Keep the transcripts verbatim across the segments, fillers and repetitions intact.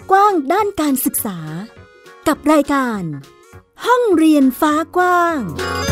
ากว้างด้านการศึกษากับรายการห้องเรียนฟ้ากว้าง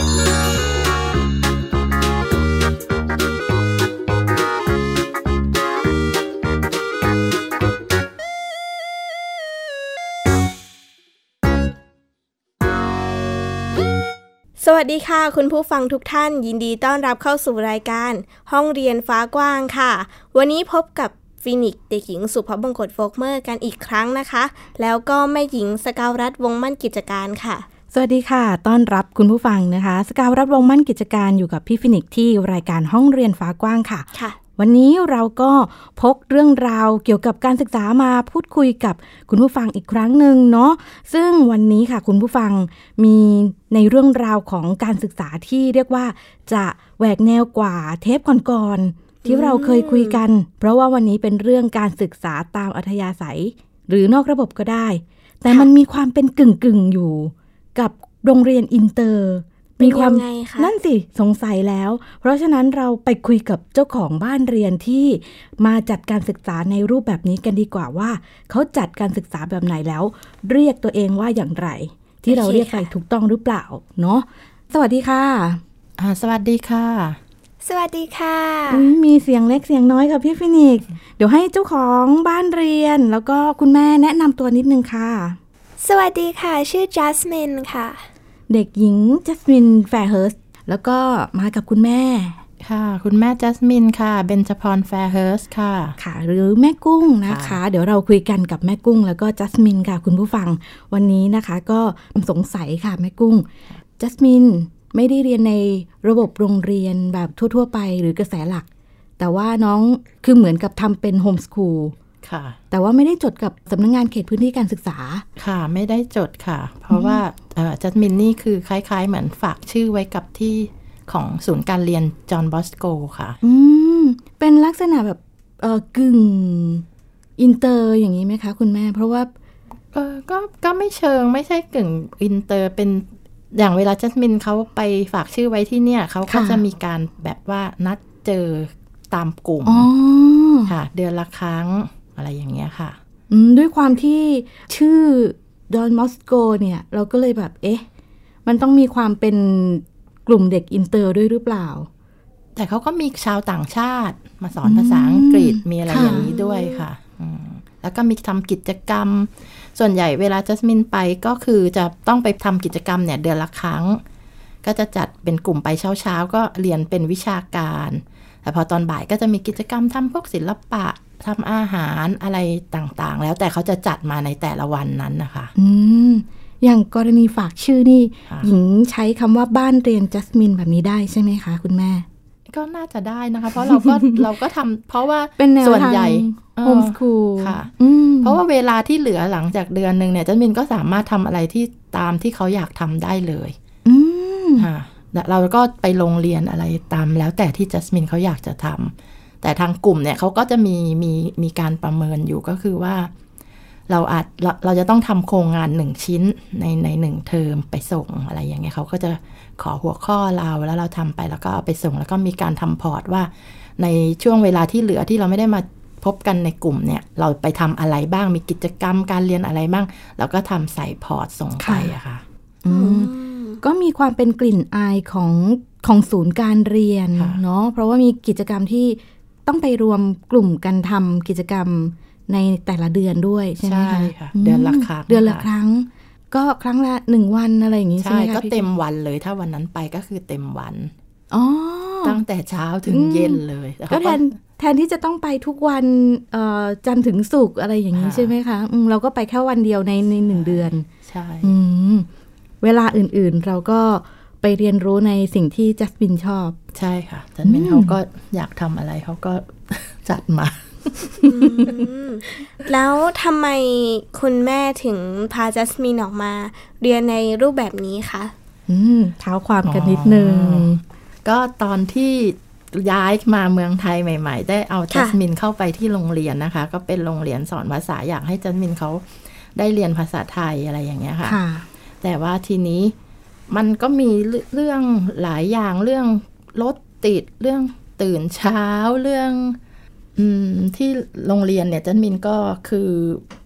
สวัสดีค่ะคุณผู้ฟังทุกท่านยินดีต้อนรับเข้าสู่รายการห้องเรียนฟ้ากว้างค่ะวันนี้พบกับฟินิกซ์เด็กหญิงสุภบงกตโฟกเมอร์กันอีกครั้งนะคะแล้วก็แม่หญิงสกาวรัตน์วงมั่นกิจการค่ะสวัสดีค่ะต้อนรับคุณผู้ฟังนะคะสกาวรัตน์วงมั่นกิจการอยู่กับพี่ฟินิกซ์ที่รายการห้องเรียนฟ้ากว้างค่ะค่ะวันนี้เราก็พกเรื่องราวเกี่ยวกับการศึกษามาพูดคุยกับคุณผู้ฟังอีกครั้งหนึ่งเนาะซึ่งวันนี้ค่ะคุณผู้ฟังมีในเรื่องราวของการศึกษาที่เรียกว่าจะแหวกแนวกว่าเทปก่อนๆที่เราเคยคุยกันเพราะว่าวันนี้เป็นเรื่องการศึกษาตามอัธยาศัยหรือนอกระบบก็ได้แต่มันมีความเป็นกึ่งๆอยู่กับโรงเรียนอินเตอร์มีความนั่นสิสงสัยแล้วเพราะฉะนั้นเราไปคุยกับเจ้าของบ้านเรียนที่มาจัดการศึกษาในรูปแบบนี้กันดีกว่าว่าเขาจัดการศึกษาแบบไหนแล้วเรียกตัวเองว่าอย่างไรที่เราเรียกไปถูกต้องหรือเปล่าเนาะสวัสดีค่ะอ่าสวัสดีค่ะสวัสดีค่ะมีเสียงเล็กเสียงน้อยกับพี่ฟินิกซ์เดี๋ยวให้เจ้าของบ้านเรียนแล้วก็คุณแม่แนะนำตัวนิดนึงค่ะสวัสดีค่ะชื่อจัสมินค่ะเด็กหญิงจัสมินแฟร์เฮิร์สแล้วก็มากับคุณแม่ค่ะคุณแม่จัสมินค่ะเบญจพรแฟร์เฮิร์สค่ะค่ะหรือแม่กุ้งนะคะเดี๋ยวเราคุยกันกับแม่กุ้งแล้วก็จัสมินค่ะคุณผู้ฟังวันนี้นะคะก็สงสัยค่ะแม่กุ้งจัสมินไม่ได้เรียนในระบบโรงเรียนแบบทั่วๆไปหรือกระแสหลักแต่ว่าน้องคือเหมือนกับทำเป็นโฮมสคูลค่ะแต่ว่าไม่ได้จดกับสำนักงานเขตพื้นที่การศึกษาค่ะไม่ได้จดค่ะเพราะว่าจัสมินนี่คือคล้ายๆเหมือนฝากชื่อไว้กับที่ของศูนย์การเรียนจอห์นบอสโกค่ะอืมเป็นลักษณะแบบเออกึ่งอินเตอร์อย่างนี้ไหมคะคุณแม่เพราะว่าเออก็ก็ไม่เชิงไม่ใช่กึ่งอินเตอร์เป็นอย่างเวลาจัสมินเขาไปฝากชื่อไว้ที่เนี่ยเขาก็จะมีการแบบว่านัดเจอตามกลุ่มค่ะเดือนละครั้งอะไรอย่างเงี้ยค่ะด้วยความที่ชื่อดอนมอสโกเนี่ยเราก็เลยแบบเอ๊ะมันต้องมีความเป็นกลุ่มเด็กอินเตอร์ด้วยหรือเปล่าแต่เขาก็มีชาวต่างชาติมาสอนภาษาอังกฤษมีอะไรอย่างนี้ด้วยค่ะแล้วก็มีทำกิจกรรมส่วนใหญ่เวลาจัสมินไปก็คือจะต้องไปทำกิจกรรมเนี่ยเดือนละครั้งก็จะจัดเป็นกลุ่มไปเช้าๆก็เรียนเป็นวิชาการแต่พอตอนบ่ายก็จะมีกิจกรรมทำพวกศิลปะทำอาหารอะไรต่างๆแล้วแต่เขาจะจัดมาในแต่ละวันนั้นนะคะอืมอย่างกรณีฝากชื่อนี่หญิงใช้คำว่าบ้านเรียนจัสมินแบบนี้ได้ใช่ไหมคะคุณแม่ก็น่าจะได้นะคะเพราะเราก็ เราก็ทำเพราะว่าส่วนใหญ่โฮมสคูลค่ะเพราะว่าเวลาที่เหลือหลังจากเดือนนึงเนี่ยจัสมินก็สามารถทำอะไรที่ตามที่เขาอยากทำได้เลยค่ะเราก็ไปโรงเรียนอะไรตามแล้วแต่ที่จัสมินเขาอยากจะทำแต่ทางกลุ่มเนี่ยเขาก็จะมีมีมีการประเมินอยู่ก็คือว่าเราอาจเราเราจะต้องทำโครงงานหนึ่งชิ้นในในหนึ่งเทอมไปส่งอะไรอย่างเงี้ยเขาก็จะขอหัวข้อเราแล้วเราทำไปแล้วก็เอาไปส่งแล้วก็มีการทำพอร์ตว่าในช่วงเวลาที่เหลือที่เราไม่ได้มาพบกันในกลุ่มเนี่ยเราไปทำอะไรบ้างมีกิจกรรมการเรียนอะไรบ้างเราก็ทำใส่พอร์ตส่งไปอะค่ะก็มีความเป็นกลิ่นอายของของศูนย์การเรียนเนาะเพราะว่ามีกิจกรรมที่ต้องไปรวมกลุ่มกันทำกิจกรรมในแต่ละเดือนด้วยใช่ไหมคะใช่ค่ะเดือนละครั้งเดือนละครั้งก็ครั้งละหนึ่งวันอะไรอย่างนี้ใช่ไหมคะก็เต็มวันเลยถ้าวันนั้นไปก็คือเต็มวันอ๋อตั้งแต่เช้าถึงเย็นเลยก็แทนแทนที่จะต้องไปทุกวันจันทร์ถึงศุกร์อะไรอย่างนี้ใช่ไหมคะเราก็ไปแค่วันเดียวในในหนึ่งเดือนใช่เวลาอื่นๆเราก็ไปเรียนรู้ในสิ่งที่จัสมินชอบใช่ค่ะจัสมินเขาก็อยากทำอะไรเขาก็จัดมาแล้วทำไมคุณแม่ถึงพาจัสมินออกมาเรียนในรูปแบบนี้คะเท้าความกันนิดนึงก็ตอนที่ย้ายมาเมืองไทยใหม่ๆได้เอาจัสมินเข้าไปที่โรงเรียนนะคะก็เป็นโรงเรียนสอนภาษาอยากให้จัสมินเขาได้เรียนภาษาไทยอะไรอย่างเงี้ยค่ะแต่ว่าทีนี้มันก็มีเรื่องหลายอย่างเรื่องรถติดเรื่องตื่นเช้าเรื่องอืมที่โรงเรียนเนี่ยจัสมินก็คือ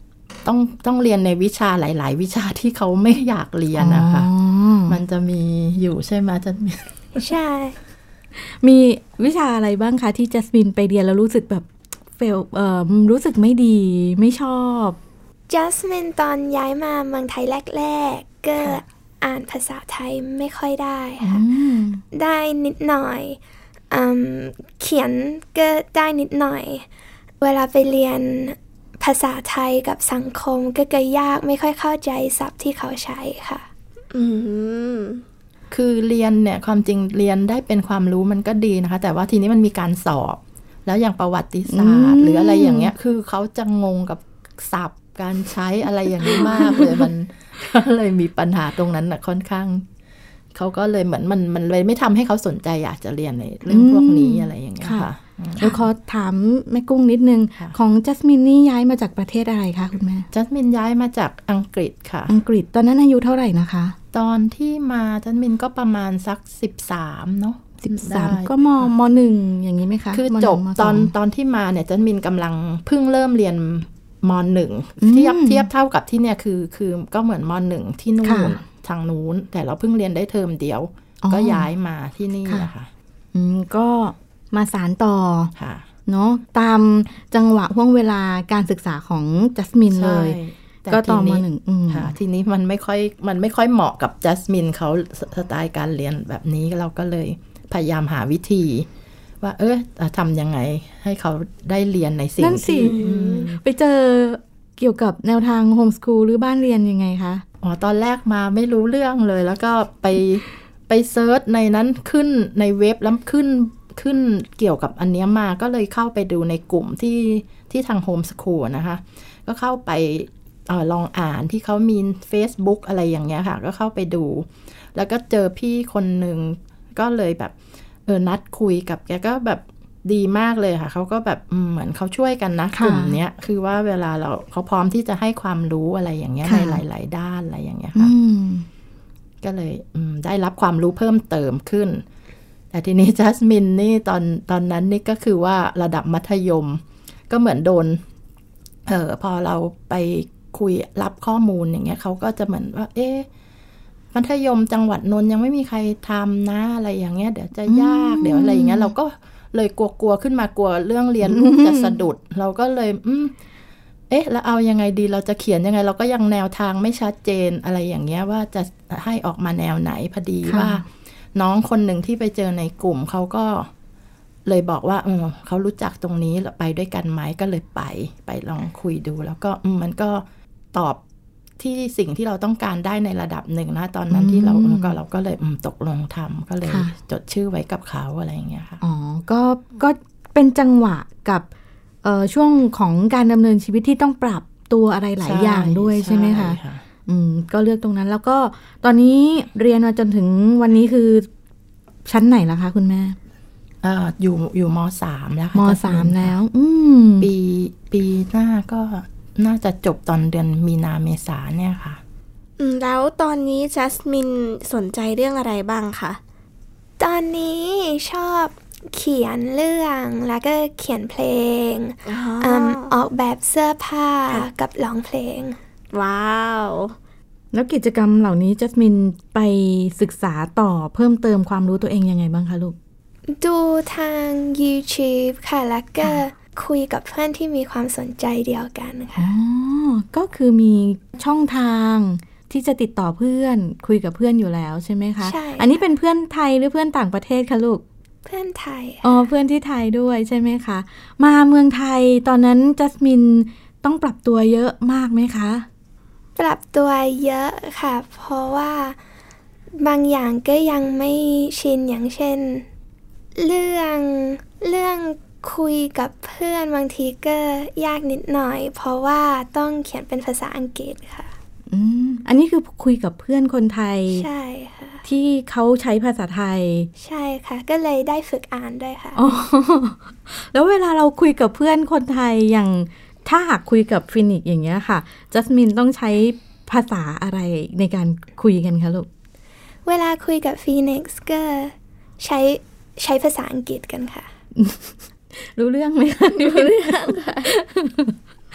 ต้องต้องเรียนในวิชาหลายๆวิชาที่เขาไม่อยากเรียนนะคะมันจะมีอยู่ใช่ไหมจัสมินใช่มีวิชาอะไรบ้างคะที่จัสมินไปเรียนแล้วรู้สึกแบบเฟลเอ่อรู้สึกไม่ดีไม่ชอบจัสมินตอนย้ายมาเมืองไทยแรกๆก็อ่านภาษาไทยไม่ค่อยได้ค่ะได้นิดหน่อยเขียนก็ได้นิดหน่อยเวลาไปเรียนภาษาไทยกับสังคมก็ก็ยากไม่ค่อยเข้าใจศัพท์ที่เขาใช้ค่ะอืมคือเรียนเนี่ยความจริงเรียนได้เป็นความรู้มันก็ดีนะคะแต่ว่าทีนี้มันมีการสอบแล้วอย่างประวัติศาสตร์หรืออะไรอย่างเงี้ยคือเขาจะงงกับศัพท์การใช้อะไรอย่างนี้มากเลยมันก็เลยมีปัญหาตรงนั้นนะค่อนข้างเขาก็เลยเหมือนมันมันเลยไม่ทำให้เขาสนใจอยากจะเรียนในเรื่องพวกนี้อะไรอย่างเงี้ยค่ะเดี๋ยวขอถามแม่กุ้งนิดนึงของจัสมินนี่ย้ายมาจากประเทศอะไรคะคุณแม่จัสมินย้ายมาจากอังกฤษค่ะอังกฤษตอนนั้นอายุเท่าไหร่นะคะตอนที่มาจัสมินก็ประมาณสักสิบสามเนาะสิบสามก็มมหนึ่งอย่างนี้ไหมคะคือจบตอนตอนที่มาเนี่ยจัสมินกำลังเพิ่งเริ่มเรียนมหนึ่งเทียบเทียบเท่ากับที่เนี่ยคือคือก็เหมือนมหนึ่งที่นู่นทางนู้นแต่เราเพิ่งเรียนได้เทอมเดียวก็ย้ายมาที่นี่นะคะอืมก็มาสานต่อเนาะตามจังหวะห่วงเวลาการศึกษาของจัสมินเลยก็ต่อมาหนึ่งค่ะทีนี้มันไม่ค่อยมันไม่ค่อยเหมาะกับจัสมินเขาสไตล์การเรียนแบบนี้เราก็เลยพยายามหาวิธีว่าเออทำยังไงให้เขาได้เรียนในสิ่งที่ไปเจอเกี่ยวกับแนวทางโฮมสคูลหรือบ้านเรียนยังไงคะอ๋อตอนแรกมาไม่รู้เรื่องเลยแล้วก็ไปไปเซิร์ชในนั้นขึ้นในเว็บแล้วขึ้นขึ้นเกี่ยวกับอันนี้มาก็เลยเข้าไปดูในกลุ่มที่ที่ทางโฮมสคูลนะคะก็เข้าไปเอ่อลองอ่านที่เขามี Facebook อะไรอย่างเงี้ยค่ะก็เข้าไปดูแล้วก็เจอพี่คนหนึ่งก็เลยแบบเออนัดคุยกับแกก็แบบดีมากเลยค่ะเขาก็แบบเหมือนเขาช่วยกันนะกลุ่มเนี้ยคือว่าเวลาเราเขาพร้อมที่จะให้ความรู้อะไรอย่างเงี้ยในหลายๆด้านอะไรอย่างเงี้ยค่ะก็เลยได้รับความรู้เพิ่มเติมขึ้นแต่ทีนี้จัสมินนี่ตอนตอนนั้นนี่ก็คือว่าระดับมัธยมก็เหมือนโดนเออพอเราไปคุยรับข้อมูลอย่างเงี้ยเขาก็จะเหมือนว่าเอ๊ะมัธยมจังหวัดนนท์ยังไม่มีใครทำนะอะไรอย่างเงี้ยเดี๋ยวจะยากเดี๋ยวอะไรอย่างเงี้ยเราก็เลยกลัวๆขึ้นมากลัวเรื่องเรียนลูกจะสะดุดเราก็เลยอืมเอ๊ะแล้วเอายังไงดีเราจะเขียนยังไงเราก็ยังแนวทางไม่ชัดเจนอะไรอย่างเงี้ยว่าจะให้ออกมาแนวไหนพอดีว่าน้องคนหนึ่งที่ไปเจอในกลุ่มเขาก็เลยบอกว่าเออเขารู้จักตรงนี้ไปด้วยกันไหมก็เลยไปไปลองคุยดูแล้วก็มันก็ตอบที่สิ่งที่เราต้องการได้ในระดับหนึ่งนะตอนนั้นที่เราก็เราก็เลยตกลงทำก็เลยจดชื่อไว้กับเขาอะไรอย่างเงี้ยค่ะอ๋อก็ก็เป็นจังหวะกับเอ่อช่วงของการดำเนินชีวิตที่ต้องปรับตัวอะไรหลายอย่างด้วยใช่ไหมคะอืมก็เลือกตรงนั้นแล้วก็ตอนนี้เรียนมาจนถึงวันนี้คือชั้นไหนแล้วคะคุณแม่อ่าอยู่อยู่ม.สาม แล้วค่ะม.สาม แล้วอืมปีปีหน้าก็น่าจะจบตอนเดือนมีนาเมษาเนี่ยค่ะแล้วตอนนี้จัสมินสนใจเรื่องอะไรบ้างคะตอนนี้ชอบเขียนเรื่องแล้วก็เขียนเพลง อ, ออกแบบเสื้อผ้ากับร้องเพลงว้าวแล้วกิจกรรมเหล่านี้จัสมินไปศึกษาต่อเพิ่มเติมความรู้ตัวเองยังไงบ้างคะลูกดูทาง YouTube ค่ะแล้วก็คุยกับเพื่อนที่มีความสนใจเดียวกันค่ะอ๋อก็คือมีช่องทางที่จะติดต่อเพื่อนคุยกับเพื่อนอยู่แล้วใช่ไหมคะใช่อันนี้เป็นเพื่อนไทยหรือเพื่อนต่างประเทศคะลูกเพื่อนไทยอ๋อเพื่อนที่ไทยด้วยใช่ไหมคะมาเมืองไทยตอนนั้นจัสมินต้องปรับตัวเยอะมากไหมคะปรับตัวเยอะค่ะเพราะว่าบางอย่างก็ยังไม่ชินอย่างเช่นเรื่องเรื่องคุยกับเพื่อนบางทีก็ยากนิดหน่อยเพราะว่าต้องเขียนเป็นภาษาอังกฤษค่ะอืมอันนี้คือคุยกับเพื่อนคนไทยใช่ค่ะที่เขาใช้ภาษาไทยใช่ค่ะก็เลยได้ฝึกอ่านด้วยค่ะอ๋อแล้วเวลาเราคุยกับเพื่อนคนไทยอย่างถ้าหากคุยกับฟินิกอย่างเงี้ยค่ะจัสมินต้องใช้ภาษาอะไรในการคุยกันคะลูกเวลาคุยกับฟีนิกซ์ก็ใช้ใช้ภาษาอังกฤษกันค่ะรู้เรื่องไหมคะรู้เรื่องค่ะ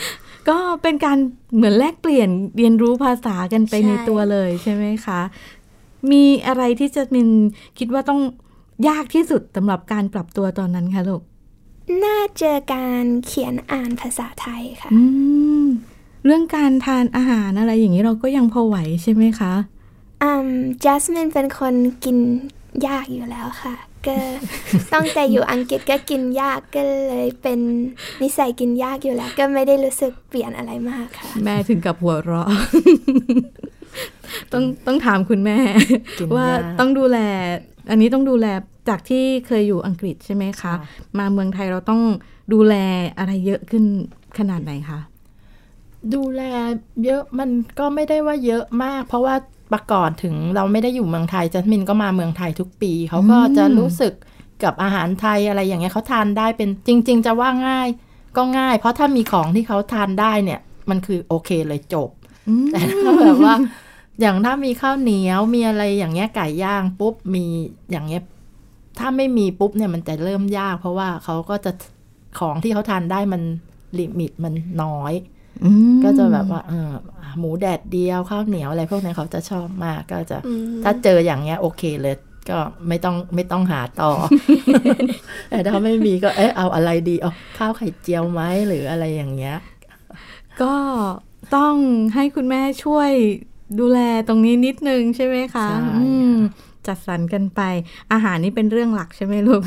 ก็เป็นการเหมือนแลกเปลี่ยนเรียนรู้ภาษากันไปในตัวเลยใช่ไหมคะมีอะไรที่จะมินคิดว่าต้องยากที่สุดสำหรับการปรับตัวตอนนั้นคะลูกน่าเจอการเขียนอ่านภาษาไทยค่ะเรื่องการทานอาหารอะไรอย่างนี้เราก็ยังพอไหวใช่ไหมคะอืมจัสมินเป็นคนกินยากอยู่แล้วค่ะก็ ตั้งแต่อยู่อังกฤษก็กินยากก็เลยเป็นนิสัยกินยากอยู่แล้วก็ไม่ได้รู้สึกเปลี่ยนอะไรมากค่ะแม่ถึงกับหัวเราะ ต้องต้องถามคุณแม่ว่าต้องดูแลอันนี้ต้องดูแลจากที่เคยอยู่อังกฤษใช่ไหมคะมาเมืองไทยเราต้องดูแลอะไรเยอะขึ้นขนาดไหนคะดูแลเยอะมันก็ไม่ได้ว่าเยอะมากเพราะว่าประก่อนถึงเราไม่ได้อยู่เมืองไทยจัสมินก็มาเมืองไทยทุกปีเขาก็จะรู้สึกกับอาหารไทยอะไรอย่างเงี้ยเขาทานได้เป็นจริงๆจะว่าง่ายก็ง่ายเพราะถ้ามีของที่เขาทานได้เนี่ยมันคือโอเคเลยจบแต่ถ้าแบบว่าอย่างถ้ามีข้าวเหนียวมีอะไรอย่างเงี้ยไก่ย่างปุ๊บมีอย่างเงี้ยถ้าไม่มีปุ๊บเนี่ยมันจะเริ่มยากเพราะว่าเขาก็จะของที่เขาทานได้มันลิมิตมันน้อยก็จะแบบว่าหมูแดดเดียวข้าวเหนียวอะไรพวกนี้เขาจะชอบมากก็จะถ้าเจออย่างเงี้ยโอเคเลยก็ไม่ต้องไม่ต้องหาต่อ แต่ถ้าไม่มีก็เอ๊ะเอาอะไรดีเอาข้าวไข่เจียวไหมหรืออะไรอย่างเงี้ยก็ต้องให้คุณแม่ช่วยดูแลตรงนี้นิดนึงใช่ไหมคะจัดสรรกันไปอาหารนี่เป็นเรื่องหลักใช่ไหมลูก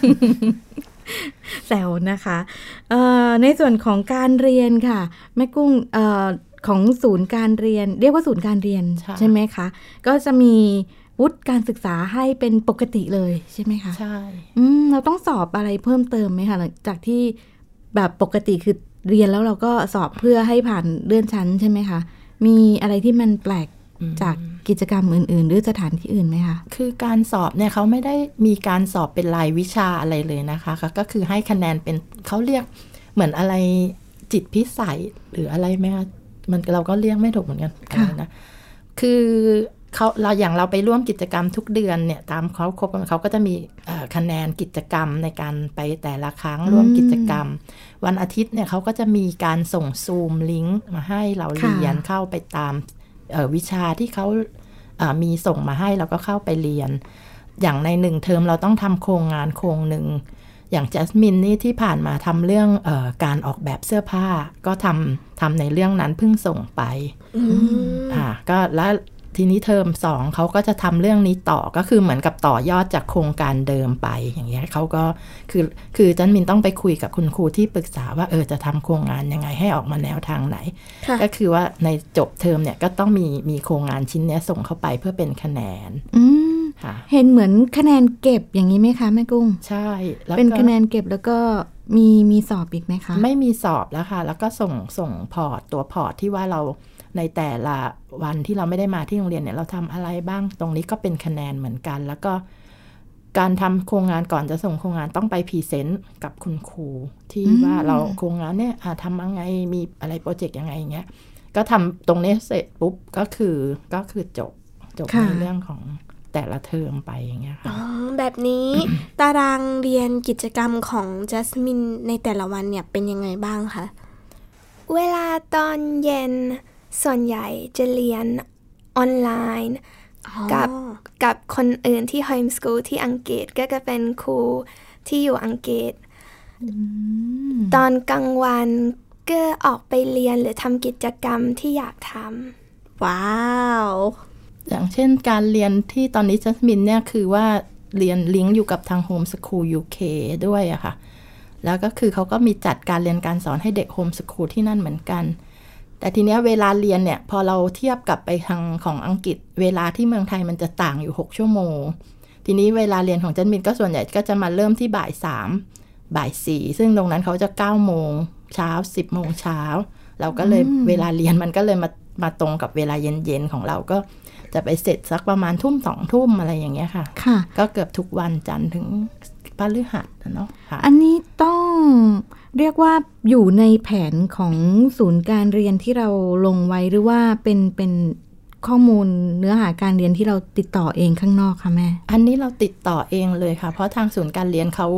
แซวนะคะในส่วนของการเรียนค่ะแม่กุ้งอของศูนย์การเรียนเรียกว่าศูนย์การเรียน ใช่, ใช่ไหมคะก็จะมีวุฒิการศึกษาให้เป็นปกติเลยใช่ไหมคะใช่เราต้องสอบอะไรเพิ่มเติมไหมคะหลังจากที่แบบปกติคือเรียนแล้วเราก็สอบเพื่อให้ผ่านเลื่อนชั้นใช่ไหมคะมีอะไรที่มันแปลกจากกิจกรรมอื่นๆหรือสถานที่อื่นไหมคะคือการสอบเนี่ยเขาไม่ได้มีการสอบเป็นรายวิชาอะไรเลยนะคะก็คือให้คะแนนเป็นเขาเรียกเหมือนอะไรจิตพิสัยหรืออะไรไหมคะมันเราก็เรียกไม่ถูกเหมือนกันนะคือเขาเราอย่างเราไปร่วมกิจกรรมทุกเดือนเนี่ยตามเขาครบเขาก็จะมีคะแนนกิจกรรมในการไปแต่ละครั้งร่วมกิจกรรมวันอาทิตย์เนี่ยเขาก็จะมีการส่งซูมลิงก์มาให้เราเรียนเข้าไปตามวิชาที่เขามีส่งมาให้เราก็เข้าไปเรียนอย่างในหนึ่งเทอมเราต้องทำโครงงานโครงหนึ่งอย่างจัสมินนี่ที่ผ่านมาทำเรื่องเออการออกแบบเสื้อผ้าก็ทำทำในเรื่องนั้นเพิ่งส่งไปอ่าก็แล้วทีนี้เทอมสองเขาก็จะทำเรื่องนี้ต่อก็คือเหมือนกับต่อยอดจากโครงการเดิมไปอย่างเงี้ยเขาก็คือคือจันมินต้องไปคุยกับคุณครูที่ปรึกษาว่าเออจะทำโครงงานยังไงให้ออกมาแนวทางไหนก็คือว่าในจบเทอมเนี่ยก็ต้องมีมีโครงงานชิ้นนี้ส่งเข้าไปเพื่อเป็นคะแนนเห็นเหมือนคะแนนเก็บอย่างนี้ไหมคะแม่กุ้งใช่เป็นคะแนนเก็บแล้วก็มีมีสอบอีกไหมคะไม่มีสอบแล้วค่ะแล้วก็ส่งส่งพอร์ตตัวพอร์ตที่ว่าเราในแต่ละวันที่เราไม่ได้มาที่โรงเรียนเนี่ยเราทำอะไรบ้างตรงนี้ก็เป็นคะแนนเหมือนกันแล้วก็การทำโครงงานก่อนจะส่งโครงงานต้องไปพรีเซนต์กับคุณครูที่ว่าเราโครงงานเนี่ยทำยังไงมีอะไรโปรเจกต์ยังไงอย่างเงี้ยก็ทำตรงนี้เสร็จปุ๊บก็คือก็คือจบจบในเรื่องของแต่ละเทอมไปอย่างเงี้ยค่ะแบบนี้ ตารางเรียนกิจกรรมของจัสมินในแต่ละวันเนี่ยเป็นยังไงบ้างคะเวลาตอนเย็นส่วนใหญ่จะเรียนออนไลน์กับกับคนอื่นที่ Home School ที่อังกฤษก็จะเป็นครูที่อยู่อังกฤษตอนกลางวันก็ออกไปเรียนหรือทำกิจกรรมที่อยากทำว้าวอย่างเช่นการเรียนที่ตอนนี้จัสมินเนี่ยคือว่าเรียนลิงก์อยู่กับทาง Home School ยู เค ด้วยอะค่ะแล้วก็คือเขาก็มีจัดการเรียนการสอนให้เด็ก Home School ที่นั่นเหมือนกันแต่ทีเนี้ยเวลาเรียนเนี่ยพอเราเทียบกับไปทางของอังกฤษเวลาที่เมืองไทยมันจะต่างอยู่หกชั่วโมงทีนี้เวลาเรียนของจันมินก็ส่วนใหญ่ก็จะมาเริ่มที่บ่ายสามบ่ายสี่ซึ่งตรงนั้นเขาจะเก้าโมงเช้าสิบโมงเช้าเราก็เลยเวลาเรียนมันก็เลยมามาตรงกับเวลาเย็นๆของเราก็จะไปเสร็จสักประมาณทุ่มสองทุ่มอะไรอย่างเงี้ยค่ะค่ะก็เกือบทุกวันจันทร์ถึงพฤหัสเนาะอันนี้ต้องเรียกว่าอยู่ในแผนของศูนย์การเรียนที่เราลงไว้หรือว่าเป็นเป็นข้อมูลเนื้อหาการเรียนที่เราติดต่อเองข้างนอกคะแม่อันนี้เราติดต่อเองเลยค่ะเพราะทางศูนย์การเรียนเขา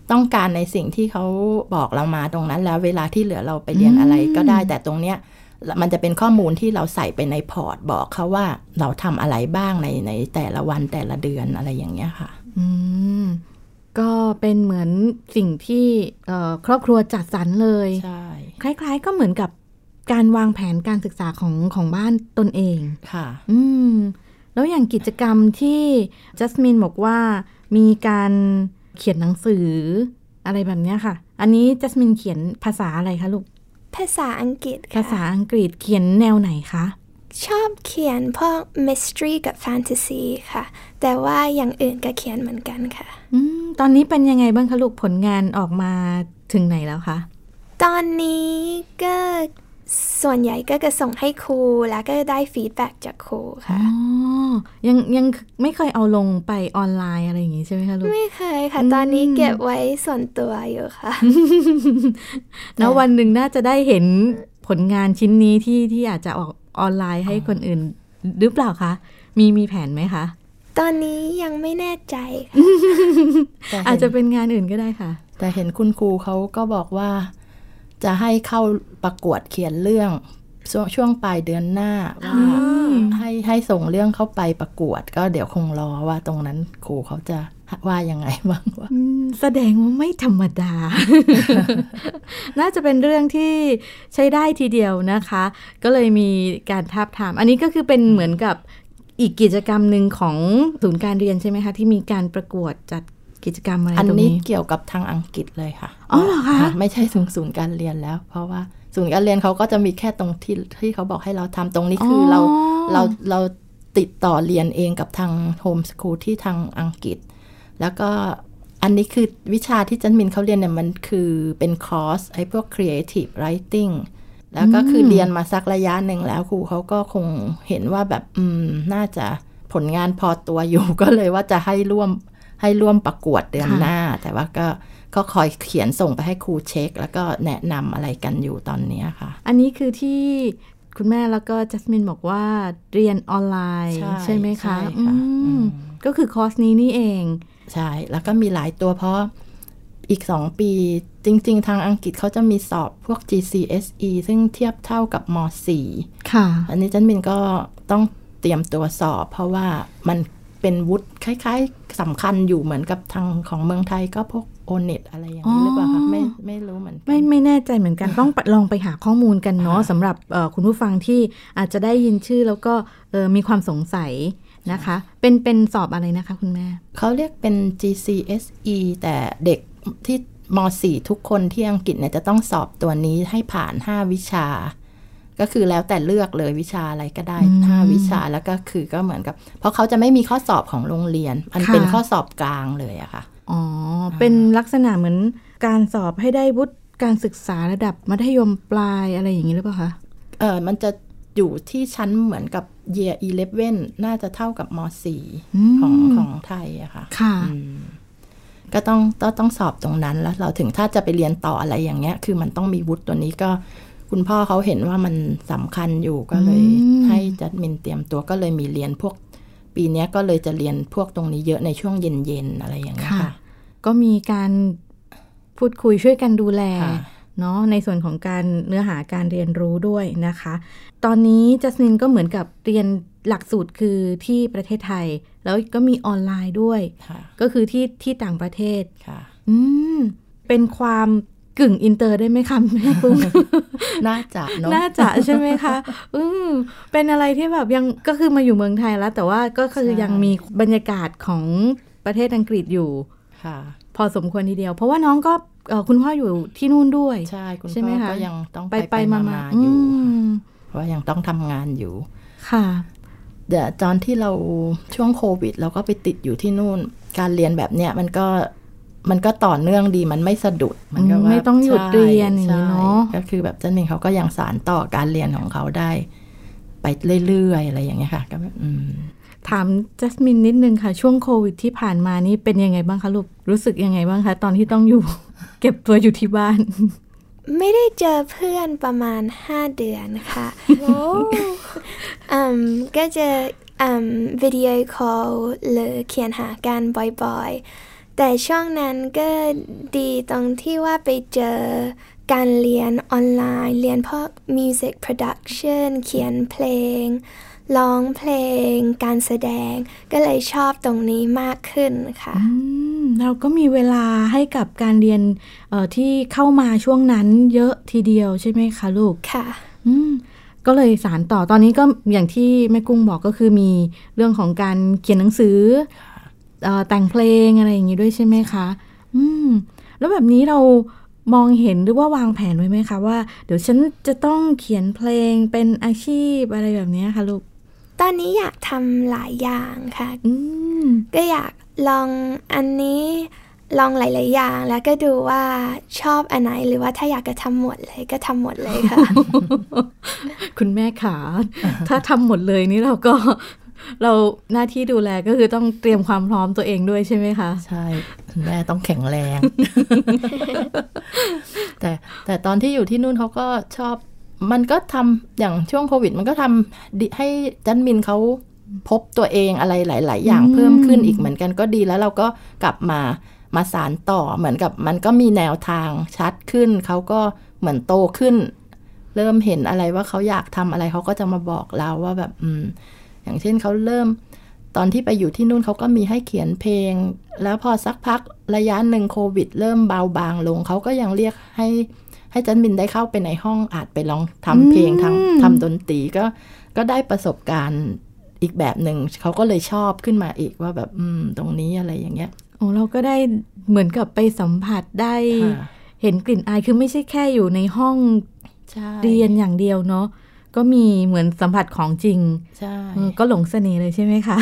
ต้องการในสิ่งที่เขาบอกเรามาตรงนั้นแล้วเวลาที่เหลือเราไปเรียนอะไรก็ได้แต่ตรงเนี้ยมันจะเป็นข้อมูลที่เราใส่ไปในพอร์ตบอกเขาว่าเราทำอะไรบ้างในในแต่ละวันแต่ละเดือนอะไรอย่างเงี้ยค่ะอืมก็เป็นเหมือนสิ่งที่ครอบครัวจัดสรรเลยใช่คล้ายๆก็เหมือนกับการวางแผนการศึกษาของของบ้านตนเองค่ะอืมแล้วอย่างกิจกรรมที่จัสมินบอกว่ามีการเขียนหนังสืออะไรแบบนี้ค่ะอันนี้จัสมินเขียนภาษาอะไรคะลูกภาษาอังกฤษค่ะภาษาอังกฤษเขียนแนวไหนคะชอบเขียนพวก mystery กับ fantasy ค่ะแต่ว่าอย่างอื่นก็เขียนเหมือนกันค่ะอืมตอนนี้เป็นยังไงบ้างคะลูกผลงานออกมาถึงไหนแล้วคะตอนนี้ก็ส่วนใหญ่ก็จะส่งให้ครูแล้วก็ได้ฟีดแบ็กจากครูค่ะอ๋อยังยังไม่เคยเอาลงไปออนไลน์อะไรอย่างงี้ใช่ไหมคะลูกไม่เคยค่ะตอนนี้เก็บไว้ส่วนตัวอยู่ค่ะแล้ววันหนึ่งน่าจะได้เห็นผลงานชิ้นนี้ที่ที่อาจจะออกออนไลน์ให้คนอื่นหรือเปล่าคะมีมีแผนไหมคะตอนนี้ยังไม่แน่ใจค่ะ อาจจะเป็นงานอื่นก็ได้ค่ะแต่เห็นคุณครูเขาก็บอกว่าจะให้เข้าประกวดเขียนเรื่องช่วงปลายเดือนหน้าว่าให้ให้ส่งเรื่องเข้าไปประกวดก็เดี๋ยวคงรอว่าตรงนั้นครูเขาจะว่ายังไงบ้างว่าแสดงว่าไม่ธรรมดา น่าจะเป็นเรื่องที่ใช้ได้ทีเดียวนะคะก็เลยมีการทาบทามอันนี้ก็คือเป็นเหมือนกับอีกกิจกรรมหนึ่งของศูนย์การเรียนใช่ไหมคะที่มีการประกวดจัดกิจกรรมอะไรตรงนี้อันนี้เกี่ยวกับทางอังกฤษเลยค่ะอ๋อเหรอคะไม่ใช่ศูนย์ศูนย์การเรียนแล้วเพราะว่าศูนย์การเรียนเขาก็จะมีแค่ตรงที่ที่เขาบอกให้เราทำตรงนี้คือเราเราเราติดต่อเรียนเองกับทางโฮมสคูลที่ทางอังกฤษแล้วก็อันนี้คือวิชาที่จันมินเขาเรียนเนี่ยมันคือเป็นคอร์สไอ้พวก creative writing แล้วก็คือเรียนมาสักระยะหนึ่งแล้วครูเขาก็คงเห็นว่าแบบอืมน่าจะผลงานพอตัวอยู่ก็เลยว่าจะให้ร่วมให้ร่วมประกวดเดือนหน้าแต่ว่าก็ก็คอยเขียนส่งไปให้ครูเช็คแล้วก็แนะนำอะไรกันอยู่ตอนนี้ค่ะอันนี้คือที่คุณแม่แล้วก็จัสมินบอกว่าเรียนออนไลน์ใช่, ใช่ไหมคะใช่ค่ะก็คือคอร์สนี้นี่เองใช่แล้วก็มีหลายตัวเพราะอีกสองปีจริงๆทางอังกฤษเขาจะมีสอบพวก จี ซี เอส อี ซึ่งเทียบเท่ากับม.สี่ค่ะอันนี้จันมินก็ต้องเตรียมตัวสอบเพราะว่ามันเป็นวุฒิคล้ายๆสำคัญอยู่เหมือนกับทางของเมืองไทยก็พวกโอเน็ตอะไรอย่างนี้หรือเปล่าคะไม่ไม่รู้เหมือนกันไม่ไม่แน่ใจเหมือนกันต้องลองไปหาข้อมูลกันเนาะสำหรับคุณผู้ฟังที่อาจจะได้ยินชื่อแล้วก็มีความสงสัยนะคะเป็นเป็นสอบอะไรนะคะคุณแม่เขาเรียกเป็น จี ซี เอส อี แต่เด็กที่ม.สี่ ทุกคนที่อังกฤษเนี่ยจะต้องสอบตัวนี้ให้ผ่านห้าวิชาก็คือแล้วแต่เลือกเลยวิชาอะไรก็ได้ห้าวิชาแล้วก็คือก็เหมือนกับเพราะเขาจะไม่มีข้อสอบของโรงเรียนมันเป็นข้อสอบกลางเลยอะค่ะอ๋อเป็นลักษณะเหมือนการสอบให้ได้วุฒิการศึกษาระดับมัธยมปลายอะไรอย่างนี้หรือเปล่าคะเออมันจะอยู่ที่ชั้นเหมือนกับ Year สิบเอ็ดน่าจะเท่ากับม.สี่ ของของไทยอะค่ะค่ะก็ต้องต้องต้องสอบตรงนั้นแล้วเราถึงถ้าจะไปเรียนต่ออะไรอย่างเงี้ยคือมันต้องมีวุฒิตัวนี้ก็คุณพ่อเขาเห็นว่ามันสำคัญอยู่ก็เลยให้จัดมินเตรียมตัวก็เลยมีเรียนพวกปีนี้ก็เลยจะเรียนพวกตรงนี้เยอะในช่วงเย็นๆอะไรอย่างเงี้ยค่ะก็มีการพูดคุยช่วยกันดูแลเนาะในส่วนของการเนื้อหาการเรียนรู้ด้วยนะคะตอนนี้จัสมินก็เหมือนกับเรียนหลักสูตรคือที่ประเทศไทยแล้วก็มีออนไลน์ด้วยก็คือที่ที่ต่างประเทศอืมเป็นความกึ่งอินเตอร์ได้ไหมคะแม่ปุ้งน่าจะเนาะน่าจะใช่ไหมคะอืมเป็นอะไรที่แบบยังก็คือมาอยู่เมืองไทยแล้วแต่ว่าก็คือยังมีบรรยากาศของประเทศอังกฤษอยู่ค่ะพอสมควรทีเดียวเพราะว่าน้องก็คุณพ่ออยู่ที่นู่นด้วยใช่คุณพ่อก็ยังต้องไปไปมาๆอยู่เพราะยังต้องทำงานอยู่ค่ะเดี๋ยวตอนที่เราช่วงโควิดเราก็ไปติดอยู่ที่นู่นการเรียนแบบเนี้ยมันก็มันก็ต่อเนื่องดีมันไม่สะดุดมันก็ว่าไม่ต้องหยุดเรียนอย่างนี้เนาะก็คือแบบจันมินเขาก็ยังสานต่อการเรียนของเขาได้ไปเรื่อยๆอะไรอย่างเงี้ยค่ะก็แบบถามจัสมินนิดนึงค่ะช่วงโควิดที่ผ่านมานี่เป็นยังไงบ้างคะลูกรู้สึกยังไงบ้างคะตอนที่ต้องอยู่ เก็บตัวอยู่ที่บ้านไม่ได้เจอเพื่อนประมาณห้าเดือนค่ะโอ้อืมก็จะอืมวิดีโอคอลหรือเขียนหากันบ่อยๆแต่ช่วงนั้นก็ดีตรงที่ว่าไปเจอการเรียนออนไลน์เรียนพวก music production เขียนเพลงร้องเพลงการแสดงก็เลยชอบตรงนี้มากขึ้นค่ะเราก็มีเวลาให้กับการเรียนที่เข้ามาช่วงนั้นเยอะทีเดียวใช่ไหมคะลูกค่ะอืมก็เลยสานต่อตอนนี้ก็อย่างที่แม่กุ้งบอกก็คือมีเรื่องของการเขียนหนังสือแต่งเพลงอะไรอย่างนี้ด้วยใช่ไหมคะอืมแล้วแบบนี้เรามองเห็นหรือว่าวางแผนไว้ไหมคะว่าเดี๋ยวฉันจะต้องเขียนเพลงเป็นอาชีพอะไรแบบนี้คะลูกตอนนี้อยากทำหลายอย่างค่ะก็อยากลองอันนี้ลองหลายๆอย่างแล้วก็ดูว่าชอบอันไหนหรือว่าถ้าอยากจะทำหมดเลยก็ทำหมดเลยค่ะคุณแม่ขาถ้าทำหมดเลยนี่เราก็เราหน้าที่ดูแลก็คือต้องเตรียมความพร้อมตัวเองด้วยใช่ไหมคะใช่แม่ต้องแข็งแรง แต่แต่ตอนที่อยู่ที่นู่นเขาก็ชอบมันก็ทำอย่างช่วงโควิดมันก็ทำให้จันมินเขาพบตัวเองอะไรหลายๆอย่างเพิ่มขึ้นอีกเหมือนกันก็ดีแล้วเราก็กลับมามาสานต่อเหมือนกับมันก็มีแนวทางชัดขึ้นเขาก็เหมือนโตขึ้นเริ่มเห็นอะไรว่าเขาอยากทำอะไรเขาก็จะมาบอกเราว่าแบบอืมอย่างเช่นเขาเริ่มตอนที่ไปอยู่ที่นู่นเขาก็มีให้เขียนเพลงแล้วพอสักพักระยะหนึ่งโควิดเริ่มเบาบางลงเขาก็ยังเรียกให้ให้จันมินได้เข้าไปในห้องอัดไปลองทำเพลงทำทำดนตรีก็ก็ได้ประสบการณ์อีกแบบหนึ่งเขาก็เลยชอบขึ้นมาอีกว่าแบบอืมตรงนี้อะไรอย่างเงี้ยโอ้เราก็ได้เหมือนกับไปสัมผัสได้เห็นกลิ่นอายคือไม่ใช่แค่อยู่ในห้องเรียนอย่างเดียวเนาะก็มีเหมือนสัมผัสของจริงใช่ก็หลงเสน่ห์เลยใช่ไหมคะ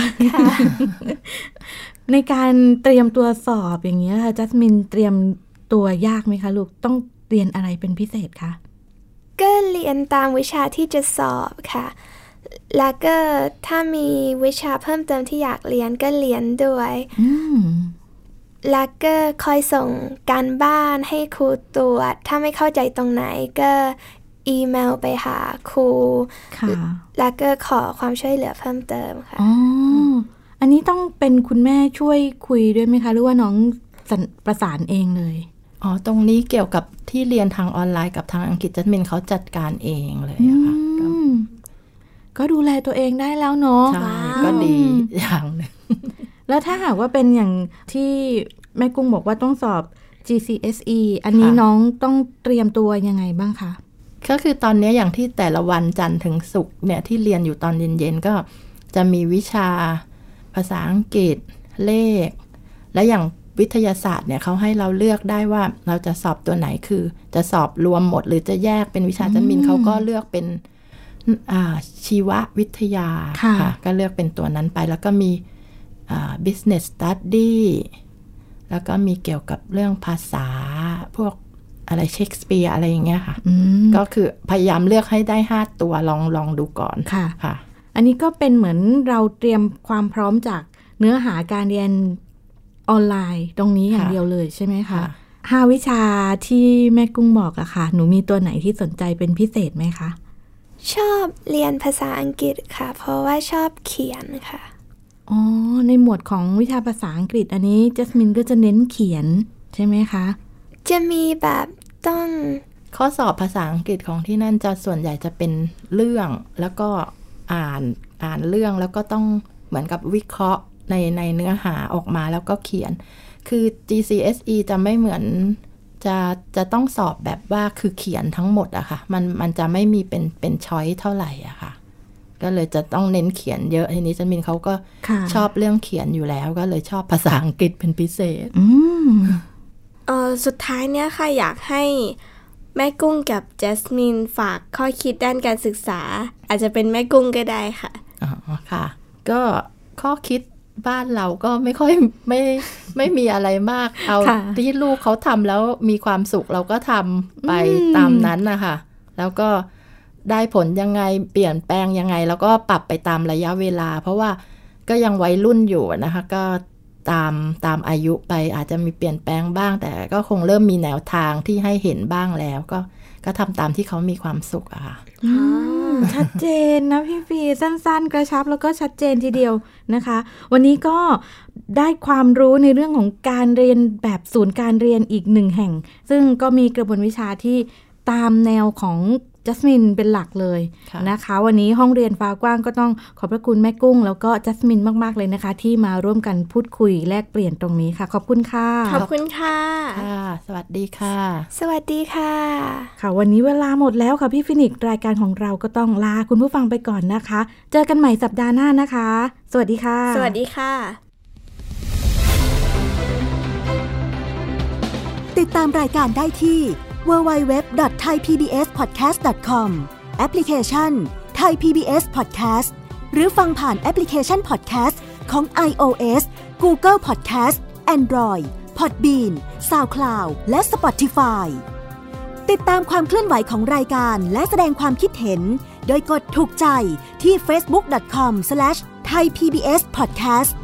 ในการเตรียมตัวสอบอย่างเงี้ยค่ะจัสมินเตรียมตัวยากไหมคะลูกต้องเรียนอะไรเป็นพิเศษคะก็เรียนตามวิชาที่จะสอบค่ะแล้วก็ถ้ามีวิชาเพิ่มเติมที่อยากเรียนก็เรียนด้วยแล้วก็คอยส่งการบ้านให้ครูตรวจถ้าไม่เข้าใจตรงไหนก็อีเมลไปหาครูแล้วก็ขอความช่วยเหลือเพิ่มเติมค่ะอ๋ออันนี้ต้องเป็นคุณแม่ช่วยคุยด้วยไหมคะหรือว่าน้องประสานเองเลยอ๋อตรงนี้เกี่ยวกับที่เรียนทางออนไลน์กับทางอังกฤษจัสมินเขาจัดการเองเลยอะค่ะก็ดูแลตัวเองได้แล้วเนาะใช่ก็ดีอย่างนึงแล้วถ้าหากว่าเป็นอย่างที่แม่กุ้งบอกว่าต้องสอบ จี ซี เอส อี อันนี้น้องต้องเตรียมตัวยังไงบ้างคะก็คือตอนนี้อย่างที่แต่ละวันจันทร์ถึงศุกร์เนี่ยที่เรียนอยู่ตอนเย็นๆก็จะมีวิชาภาษาอังกฤษเลขและอย่างวิทยาศาสตร์เนี่ยเขาให้เราเลือกได้ว่าเราจะสอบตัวไหนคือจะสอบรวมหมดหรือจะแยกเป็นวิชาจันมินเขาก็เลือกเป็นชีววิทยาค่ะก็เลือกเป็นตัวนั้นไปแล้วก็มี business study แล้วก็มีเกี่ยวกับเรื่องภาษาพวกอะไรเชคสเปียร์อะไรอย่างเงี้ยค่ะก็คือพยายามเลือกให้ได้ห้าตัวลองลองดูก่อนค่ะค่ะอันนี้ก็เป็นเหมือนเราเตรียมความพร้อมจากเนื้อหาการเรียนออนไลน์ตรงนี้อย่างเดียวเลยใช่ไหมคะห้าวิชาที่แม่กุ้งบอกอะค่ะหนูมีตัวไหนที่สนใจเป็นพิเศษไหมคะชอบเรียนภาษาอังกฤษค่ะเพราะว่าชอบเขียนค่ะอ๋อในหมวดของวิชาภาษาอังกฤษอันนี้จัสมินก็จะเน้นเขียนใช่ไหมคะจะมีแบบต้องข้อสอบภาษาอังกฤษของที่นั่นจะส่วนใหญ่จะเป็นเรื่องแล้วก็อ่านอ่านเรื่องแล้วก็ต้องเหมือนกับวิเคราะห์ในในเนื้อหาออกมาแล้วก็เขียนคือ จี ซี เอส อี จะไม่เหมือนจะจะต้องสอบแบบว่าคือเขียนทั้งหมดอะค่ะมันมันจะไม่มีเป็นเป็นช้อยเท่าไหร่อะค่ะก็เลยจะต้องเน้นเขียนเยอะทีนี้จันมินเขาก็ชอบเรื่องเขียนอยู่แล้วก็เลยชอบภาษาอังกฤษเป็นพิเศษอืมเออสุดท้ายเนี้ยค่ะอยากให้แม่กุ้งกับจัสมินฝากข้อคิดด้านการศึกษาอาจจะเป็นแม่กุ้งก็ได้ค่ะอ๋อค่ะก็ข้อคิดบ้านเราก็ไม่ค่อยไม่ไม่มีอะไรมากเอาที่ลูกเขาทำแล้วมีความสุขเราก็ทำไปตามนั้นนะคะแล้วก็ได้ผลยังไงเปลี่ยนแปลงยังไงแล้วก็ปรับไปตามระยะเวลาเพราะว่าก็ยังวัยรุ่นอยู่นะคะก็ตามตามอายุไปอาจจะมีเปลี่ยนแปลงบ้างแต่ก็คงเริ่มมีแนวทางที่ให้เห็นบ้างแล้วก็ก็ทำตามที่เขามีความสุขอะค่ะชัดเจนนะพี่ฟีสั้นๆกระชับแล้วก็ชัดเจนทีเดียวนะคะวันนี้ก็ได้ความรู้ในเรื่องของการเรียนแบบศูนย์การเรียนอีกหนึ่งแห่งซึ่งก็มีกระบวนวิชาที่ตามแนวของจัสมินเป็นหลักเลยนะคะวันนี้ห้องเรียนฟ้ากว้างก็ต้องขอบพระคุณแม่กุ้งแล้วก็จัสมินมากๆเลยนะคะที่มาร่วมกันพูดคุยแลกเปลี่ยนตรงนี้ค่ะขอบคุณค่ะขอบคุณค่ะค่ะสวัสดีค่ะสวัสดีค่ะค่ะวันนี้เวลาหมดแล้วค่ะพี่ฟินิกซ์รายการของเราก็ต้องลาคุณผู้ฟังไปก่อนนะคะเจอกันใหม่สัปดาห์หน้านะคะสวัสดีค่ะสวัสดีค่ะติดตามรายการได้ที่ ดับเบิลยู ดับเบิลยู ดับเบิลยู ดอท ไทย พี บี เอส พอดแคสต์ ดอท คอม แอปพลิเคชัน Thai พี บี เอส Podcast หรือฟังผ่านแอปพลิเคชัน Podcast ของ iOS Google Podcast Android Podbean SoundCloud และ Spotify ติดตามความเคลื่อนไหวของรายการและแสดงความคิดเห็นโดยกดถูกใจที่ เฟซบุ๊ก ดอท คอม สแลช ไทย พี บี เอส พอดแคสต์